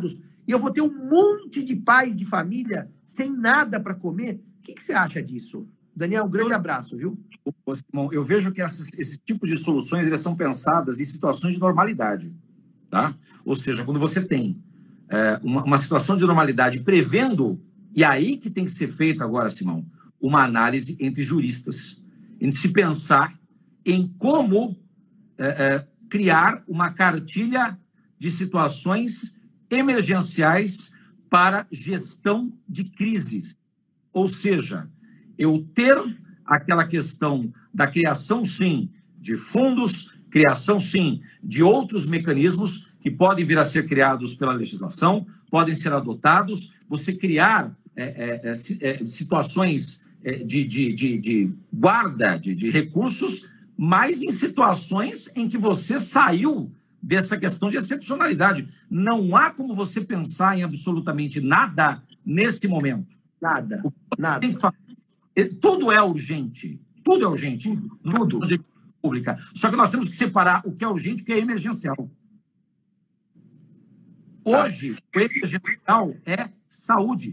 e eu vou ter um monte de pais de família sem nada para comer. O que você acha disso? Daniel, um grande abraço, viu? Simão, eu vejo que esses tipos de soluções elas são pensadas em situações de normalidade, tá? Ou seja, quando você tem uma situação de normalidade prevendo, e aí que tem que ser feita agora, Simão, uma análise entre juristas, em se pensar em como criar uma cartilha de situações emergenciais para gestão de crises. Ou seja, eu ter aquela questão da criação, sim, de fundos, criação, sim, de outros mecanismos que podem vir a ser criados pela legislação, podem ser adotados, você criar situações de guarda de recursos, mas em situações em que você saiu dessa questão de excepcionalidade. Não há como você pensar em absolutamente nada nesse momento. Nada, nada. Tudo é urgente. Tudo é urgente. Tudo. Pública. Só que nós temos que separar o que é urgente e o que é emergencial. Hoje, o emergencial é saúde.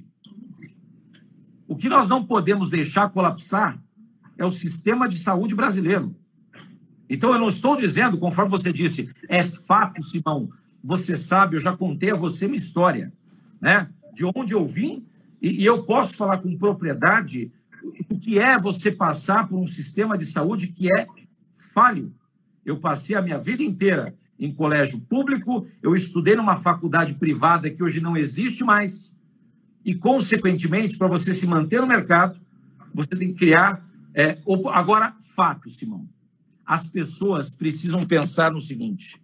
O que nós não podemos deixar colapsar é o sistema de saúde brasileiro. Então, eu não estou dizendo, conforme você disse, é fato, Simão. Você sabe, eu já contei a você minha história, né? De onde eu vim, e eu posso falar com propriedade o que é você passar por um sistema de saúde que é falho. Eu passei a minha vida inteira em colégio público, eu estudei numa faculdade privada que hoje não existe mais, e, consequentemente, para você se manter no mercado, você tem que criar... Agora, fato, Simão. As pessoas precisam pensar no seguinte,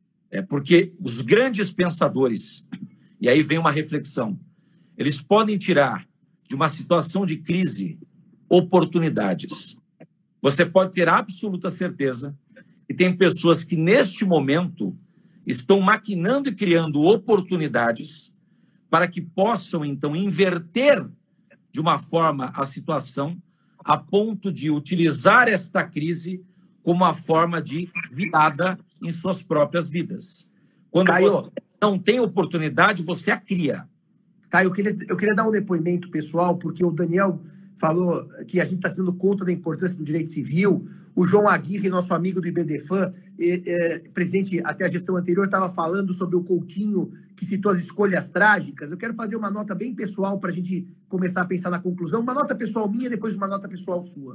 porque os grandes pensadores, e aí vem uma reflexão, eles podem tirar de uma situação de crise oportunidades. Você pode ter absoluta certeza que tem pessoas que, neste momento, estão maquinando e criando oportunidades para que possam, então, inverter de uma forma a situação a ponto de utilizar esta crise como uma forma de virada em suas próprias vidas. Quando você não tem oportunidade, você a cria. Caio, eu queria dar um depoimento pessoal, porque o Daniel falou que a gente está sendo contra da importância do direito civil. O João Aguirre, nosso amigo do IBDFAN, presidente até a gestão anterior, estava falando sobre o Coutinho, que citou as escolhas trágicas. Eu quero fazer uma nota bem pessoal para a gente começar a pensar na conclusão. Uma nota pessoal minha, depois uma nota pessoal sua.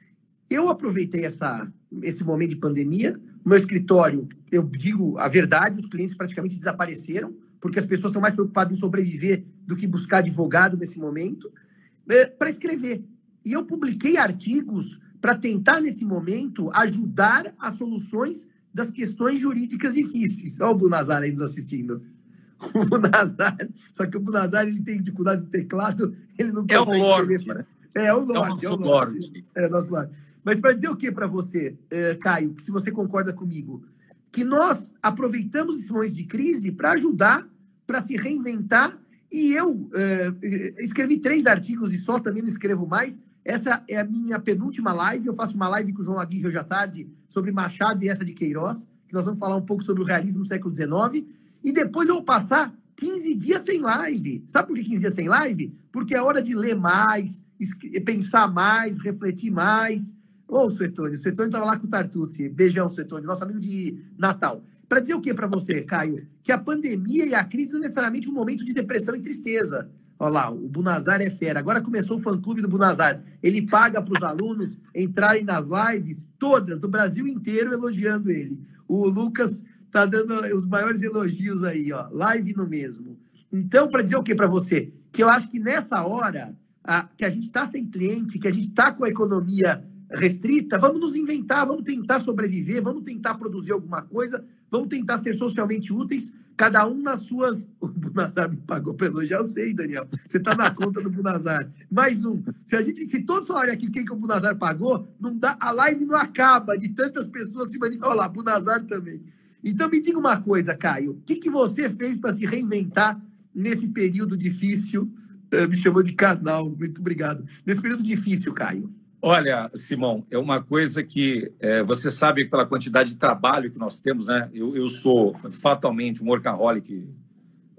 Eu aproveitei esse momento de pandemia. No meu escritório, eu digo a verdade, os clientes praticamente desapareceram, porque as pessoas estão mais preocupadas em sobreviver do que buscar advogado nesse momento, para escrever. E eu publiquei artigos para tentar, nesse momento, ajudar as soluções das questões jurídicas difíceis. Olha o Bunazar aí nos assistindo. O Bunazar, só que o Bunazar, ele tem dificuldade de teclado, ele não consegue escrever. É o Lorde. É o nosso Lorde. Mas para dizer o que para você, Caio, que se você concorda comigo, que nós aproveitamos esse momento de crise para ajudar, para se reinventar, e eu escrevi 3 artigos e só, também não escrevo mais. Essa é a minha penúltima live, eu faço uma live com o João Aguirre hoje à tarde sobre Machado e essa de Queiroz, que nós vamos falar um pouco sobre o realismo no século XIX, e depois eu vou passar 15 dias sem live. Sabe por que 15 dias sem live? Porque é hora de ler mais, pensar mais, refletir mais. Ô, Suetônio, o Suetônio estava lá com o Tartucci. Beijão, Suetônio, nosso amigo de Natal. Para dizer o que para você, Caio? Que a pandemia e a crise não é necessariamente um momento de depressão e tristeza. Olha lá, o Bunazar é fera. Agora começou o fã-clube do Bunazar. Ele paga para os alunos entrarem nas lives, todas, do Brasil inteiro, elogiando ele. O Lucas está dando os maiores elogios aí, ó. Live no mesmo. Então, para dizer o que para você? Que eu acho que nessa hora, que a gente está sem cliente, que a gente está com a economia restrita, vamos nos inventar, vamos tentar sobreviver, vamos tentar produzir alguma coisa, vamos tentar ser socialmente úteis, cada um nas suas... O Bunazar me pagou para elogiar, eu sei, Daniel, você está na conta do Bunazar. Mais um. Se todos falarem aqui quem que o Bunazar pagou, não dá, a live não acaba de tantas pessoas se manifestarem. Olha lá, Bunazar também. Então me diga uma coisa, Caio, o que você fez para se reinventar nesse período difícil? Me chamou de carnal, muito obrigado. Nesse período difícil, Caio. Olha, Simão, é uma coisa que você sabe pela quantidade de trabalho que nós temos, né? Eu sou fatalmente um workaholic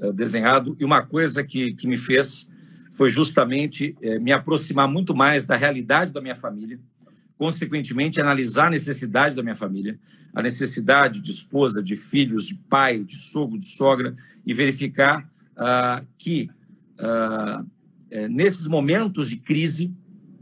desenhado, e uma coisa que me fez foi justamente me aproximar muito mais da realidade da minha família, consequentemente, analisar a necessidade da minha família, a necessidade de esposa, de filhos, de pai, de sogro, de sogra, e verificar que, nesses momentos de crise,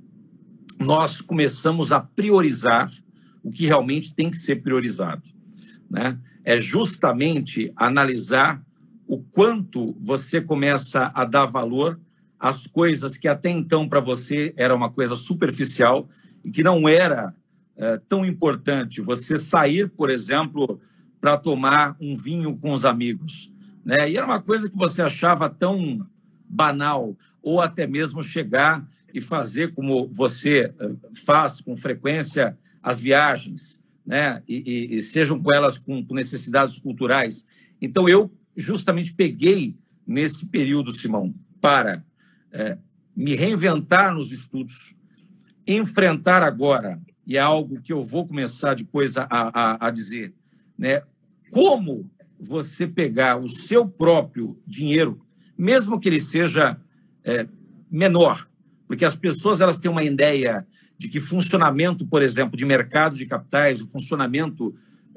nós começamos a priorizar o que realmente tem que ser priorizado, né? É justamente analisar o quanto você começa a dar valor às coisas que até então para você era uma coisa superficial e que não era tão importante. Você sair, por exemplo, para tomar um vinho com os amigos, né? E era uma coisa que você achava tão banal, ou até mesmo chegar e fazer como você faz com frequência as viagens, né? E sejam com elas com necessidades culturais. Então, eu justamente peguei nesse período, Simão, para me reinventar nos estudos, enfrentar agora, e é algo que eu vou começar depois a dizer, né? Como você pegar o seu próprio dinheiro, mesmo que ele seja menor, porque as pessoas elas têm uma ideia de que funcionamento, por exemplo, de mercado de capitais, o funcionamento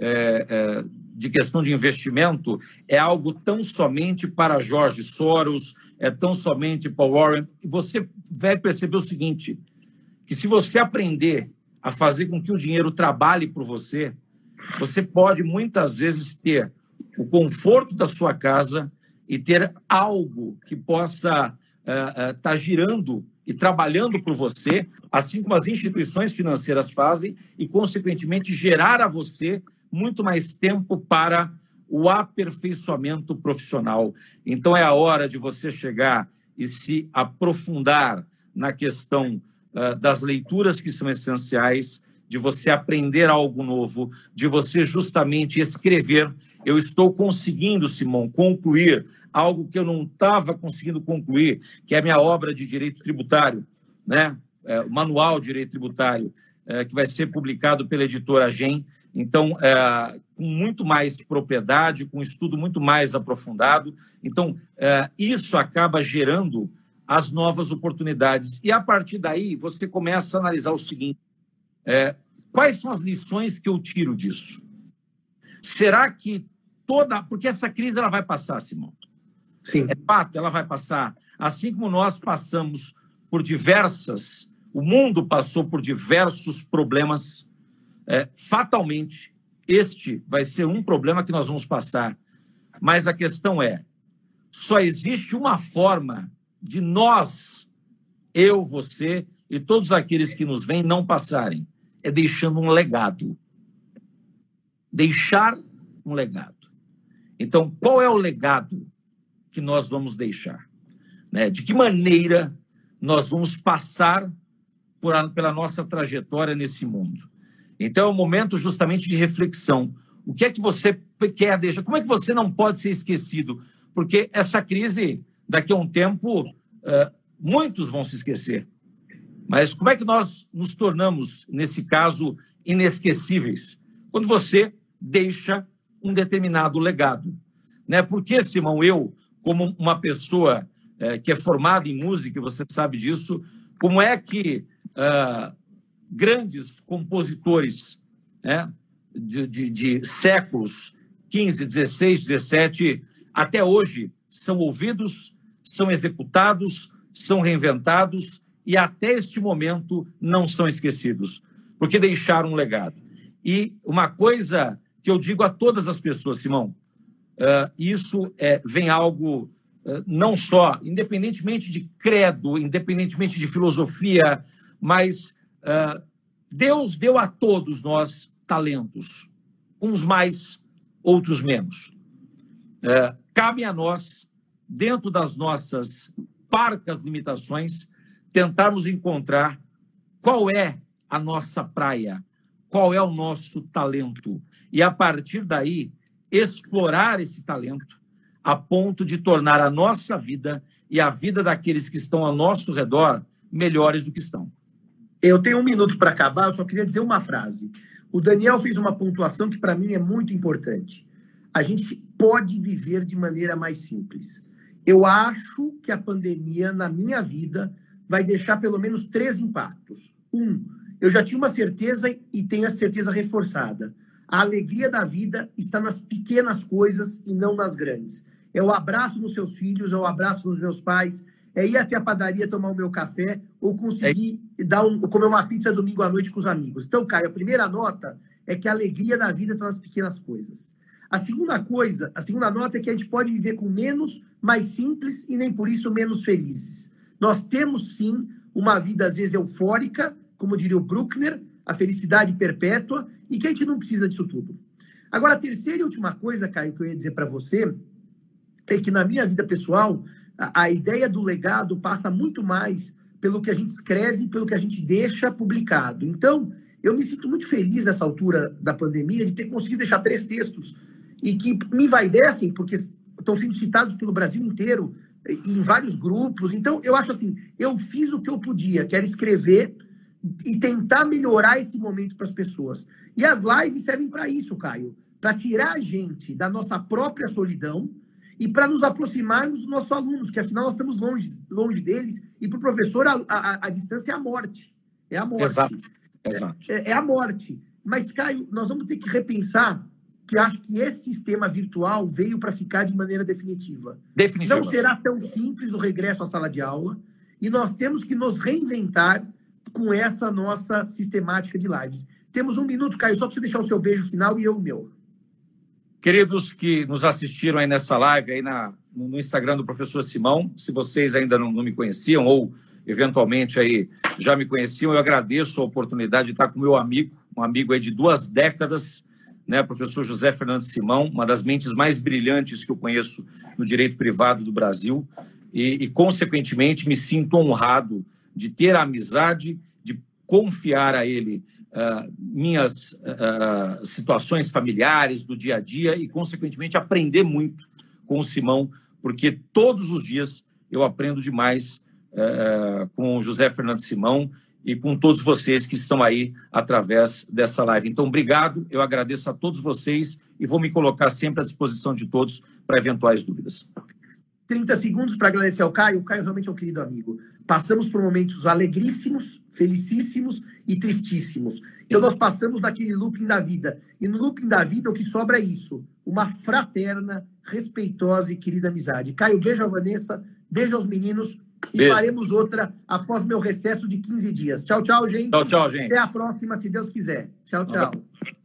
de questão de investimento é algo tão somente para George Soros, é tão somente para Warren. E você vai perceber o seguinte, que se você aprender a fazer com que o dinheiro trabalhe por você, você pode muitas vezes ter o conforto da sua casa e ter algo que possa estar girando e trabalhando por você, assim como as instituições financeiras fazem, e, consequentemente, gerar a você muito mais tempo para o aperfeiçoamento profissional. Então, é a hora de você chegar e se aprofundar na questão das leituras que são essenciais, de você aprender algo novo, de você justamente escrever. Eu estou conseguindo, Simão, concluir algo que eu não estava conseguindo concluir, que é a minha obra de direito tributário, né? O Manual de Direito Tributário, que vai ser publicado pela editora GEM. Então, com muito mais propriedade, com um estudo muito mais aprofundado. Então, isso acaba gerando as novas oportunidades. E, a partir daí, você começa a analisar o seguinte, quais são as lições que eu tiro disso? Será que porque essa crise ela vai passar, Simão. Sim. É fato, ela vai passar. Assim como nós passamos por o mundo passou por diversos problemas, fatalmente, este vai ser um problema que nós vamos passar. Mas a questão só existe uma forma de nós, eu, você e todos aqueles que nos veem não passarem. É deixando um legado. Deixar um legado. Então, qual é o legado que nós vamos deixar? Né? De que maneira nós vamos passar pela nossa trajetória nesse mundo? Então, é um momento justamente de reflexão. O que é que você quer deixar? Como é que você não pode ser esquecido? Porque essa crise, daqui a um tempo, muitos vão se esquecer. Mas como é que nós nos tornamos, nesse caso, inesquecíveis? Quando você deixa um determinado legado. Né? Porque, Simão, eu, como uma pessoa que é formada em música, você sabe disso, como é que grandes compositores, né, de séculos XV, XVI, XVII, até hoje, são ouvidos, são executados, são reinventados e até este momento não são esquecidos, porque deixaram um legado. E uma coisa que eu digo a todas as pessoas, Simão, isso vem algo não só, independentemente de credo, independentemente de filosofia, mas Deus deu a todos nós talentos, uns mais, outros menos. Cabe a nós, dentro das nossas parcas limitações, tentarmos encontrar qual é a nossa praia, qual é o nosso talento, e, a partir daí, explorar esse talento a ponto de tornar a nossa vida e a vida daqueles que estão ao nosso redor melhores do que estão. Eu tenho 1 minuto para acabar, eu só queria dizer uma frase. O Daniel fez uma pontuação que, para mim, é muito importante. A gente pode viver de maneira mais simples. Eu acho que a pandemia, na minha vida, vai deixar pelo menos 3 impactos. Eu já tinha uma certeza e tenho a certeza reforçada. A alegria da vida está nas pequenas coisas e não nas grandes. É o abraço nos seus filhos, é o abraço nos meus pais, é ir até a padaria tomar o meu café ou conseguir comer uma pizza domingo à noite com os amigos. Então, Caio, a primeira nota é que a alegria da vida está nas pequenas coisas. A segunda nota é que a gente pode viver com menos, mais simples e nem por isso menos felizes. Nós temos, sim, uma vida às vezes eufórica, como diria o Bruckner, a felicidade perpétua, e que a gente não precisa disso tudo. Agora, a terceira e última coisa, Caio, que eu ia dizer para você, é que na minha vida pessoal, a ideia do legado passa muito mais pelo que a gente escreve, pelo que a gente deixa publicado. Então, eu me sinto muito feliz nessa altura da pandemia de ter conseguido deixar 3 textos e que me envaidecem, porque estão sendo citados pelo Brasil inteiro, em vários grupos. Então, eu acho assim, eu fiz o que eu podia, que era escrever e tentar melhorar esse momento para as pessoas. E as lives servem para isso, Caio, para tirar a gente da nossa própria solidão e para nos aproximarmos dos nossos alunos, que afinal nós estamos longe deles, e para o professor a distância é a morte. É a morte. Exato. É a morte. Mas, Caio, nós vamos ter que repensar que acho que esse sistema virtual veio para ficar de maneira definitiva. Não será tão simples o regresso à sala de aula e nós temos que nos reinventar com essa nossa sistemática de lives. Temos 1 minuto, Caio, só para você deixar o seu beijo final e eu o meu. Queridos que nos assistiram aí nessa live, aí no Instagram do professor Simão, se vocês ainda não me conheciam ou eventualmente aí já me conheciam, eu agradeço a oportunidade de estar com meu amigo, um amigo aí de 2 décadas, né, professor José Fernando Simão, uma das mentes mais brilhantes que eu conheço no direito privado do Brasil e consequentemente, me sinto honrado de ter a amizade, de confiar a ele minhas situações familiares do dia a dia e, consequentemente, aprender muito com o Simão, porque todos os dias eu aprendo demais com o José Fernando Simão e com todos vocês que estão aí através dessa live. Então, obrigado, eu agradeço a todos vocês e vou me colocar sempre à disposição de todos para eventuais dúvidas. 30 segundos para agradecer ao Caio. O Caio realmente é um querido amigo. Passamos por momentos alegríssimos, felicíssimos e tristíssimos. Então, nós passamos naquele looping da vida. E no looping da vida, o que sobra é isso. Uma fraterna, respeitosa e querida amizade. Caio, beijo a Vanessa, beijo aos meninos. E beijo. Faremos outra após meu recesso de 15 dias. Tchau, tchau, gente. Tchau, gente. Até a próxima, se Deus quiser. Tchau, tchau.